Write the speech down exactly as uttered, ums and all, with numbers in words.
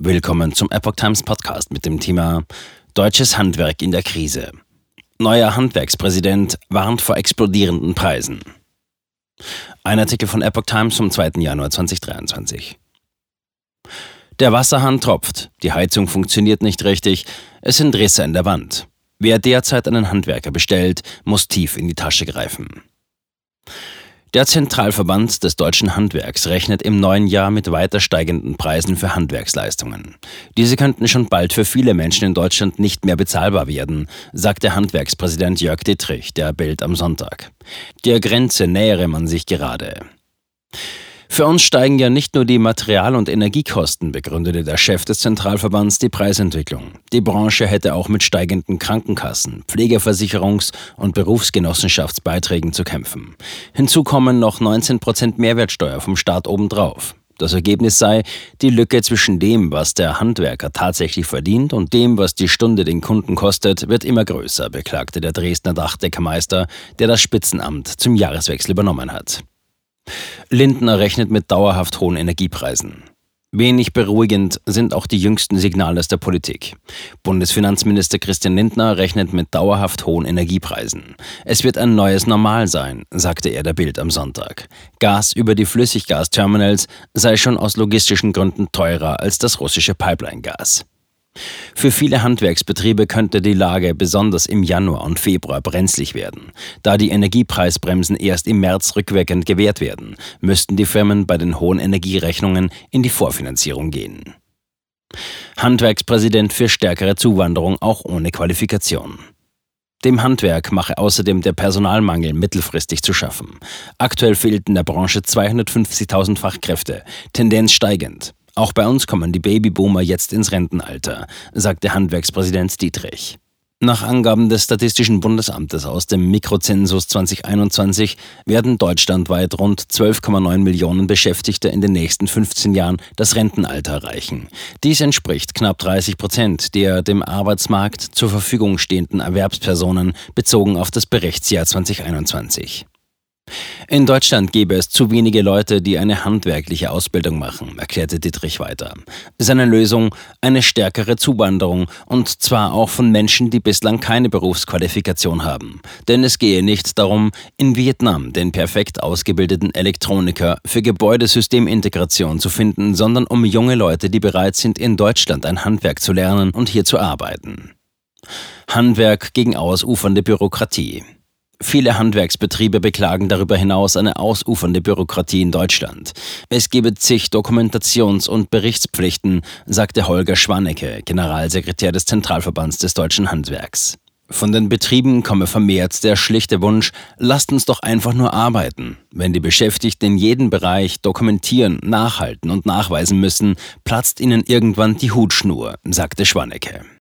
Willkommen zum Epoch Times Podcast mit dem Thema Deutsches Handwerk in der Krise. Neuer Handwerkspräsident warnt vor explodierenden Preisen. Ein Artikel von Epoch Times vom zweiten Januar zweitausenddreiundzwanzig. Der Wasserhahn tropft, die Heizung funktioniert nicht richtig, es sind Risse in der Wand. Wer derzeit einen Handwerker bestellt, muss tief in die Tasche greifen. Der Zentralverband des deutschen Handwerks rechnet im neuen Jahr mit weiter steigenden Preisen für Handwerksleistungen. Diese könnten schon bald für viele Menschen in Deutschland nicht mehr bezahlbar werden, sagte Handwerkspräsident Jörg Dittrich der Bild am Sonntag. Der Grenze nähere man sich gerade. Für uns steigen ja nicht nur die Material- und Energiekosten, begründete der Chef des Zentralverbands die Preisentwicklung. Die Branche hätte auch mit steigenden Krankenkassen, Pflegeversicherungs- und Berufsgenossenschaftsbeiträgen zu kämpfen. Hinzu kommen noch neunzehn Prozent Mehrwertsteuer vom Staat obendrauf. Das Ergebnis sei, die Lücke zwischen dem, was der Handwerker tatsächlich verdient und dem, was die Stunde den Kunden kostet, wird immer größer, beklagte der Dresdner Dachdeckermeister, der das Spitzenamt zum Jahreswechsel übernommen hat. Lindner rechnet mit dauerhaft hohen Energiepreisen. Wenig beruhigend sind auch die jüngsten Signale aus der Politik. Bundesfinanzminister Christian Lindner rechnet mit dauerhaft hohen Energiepreisen. Es wird ein neues Normal sein, sagte er der Bild am Sonntag. Gas über die Flüssiggasterminals sei schon aus logistischen Gründen teurer als das russische Pipeline-Gas. Für viele Handwerksbetriebe könnte die Lage besonders im Januar und Februar brenzlig werden. Da die Energiepreisbremsen erst im März rückwirkend gewährt werden, müssten die Firmen bei den hohen Energierechnungen in die Vorfinanzierung gehen. Handwerkspräsident für stärkere Zuwanderung auch ohne Qualifikation. Dem Handwerk mache außerdem der Personalmangel mittelfristig zu schaffen. Aktuell fehlten der Branche zweihundertfünfzigtausend Fachkräfte, Tendenz steigend. Auch bei uns kommen die Babyboomer jetzt ins Rentenalter, sagte Handwerkspräsident Dittrich. Nach Angaben des Statistischen Bundesamtes aus dem Mikrozensus zweitausendeinundzwanzig werden deutschlandweit rund zwölf Komma neun Millionen Beschäftigte in den nächsten fünfzehn Jahren das Rentenalter erreichen. Dies entspricht knapp dreißig Prozent der dem Arbeitsmarkt zur Verfügung stehenden Erwerbspersonen bezogen auf das Berichtsjahr zweitausendeinundzwanzig. In Deutschland gäbe es zu wenige Leute, die eine handwerkliche Ausbildung machen, erklärte Dittrich weiter. Seine Lösung: eine stärkere Zuwanderung, und zwar auch von Menschen, die bislang keine Berufsqualifikation haben. Denn es gehe nicht darum, in Vietnam den perfekt ausgebildeten Elektroniker für Gebäudesystemintegration zu finden, sondern um junge Leute, die bereit sind, in Deutschland ein Handwerk zu lernen und hier zu arbeiten. Handwerk gegen ausufernde Bürokratie. Viele Handwerksbetriebe beklagen darüber hinaus eine ausufernde Bürokratie in Deutschland. Es gebe zig Dokumentations- und Berichtspflichten, sagte Holger Schwannecke, Generalsekretär des Zentralverbands des deutschen Handwerks. Von den Betrieben komme vermehrt der schlichte Wunsch: lasst uns doch einfach nur arbeiten. Wenn die Beschäftigten in jedem Bereich dokumentieren, nachhalten und nachweisen müssen, platzt ihnen irgendwann die Hutschnur, sagte Schwannecke.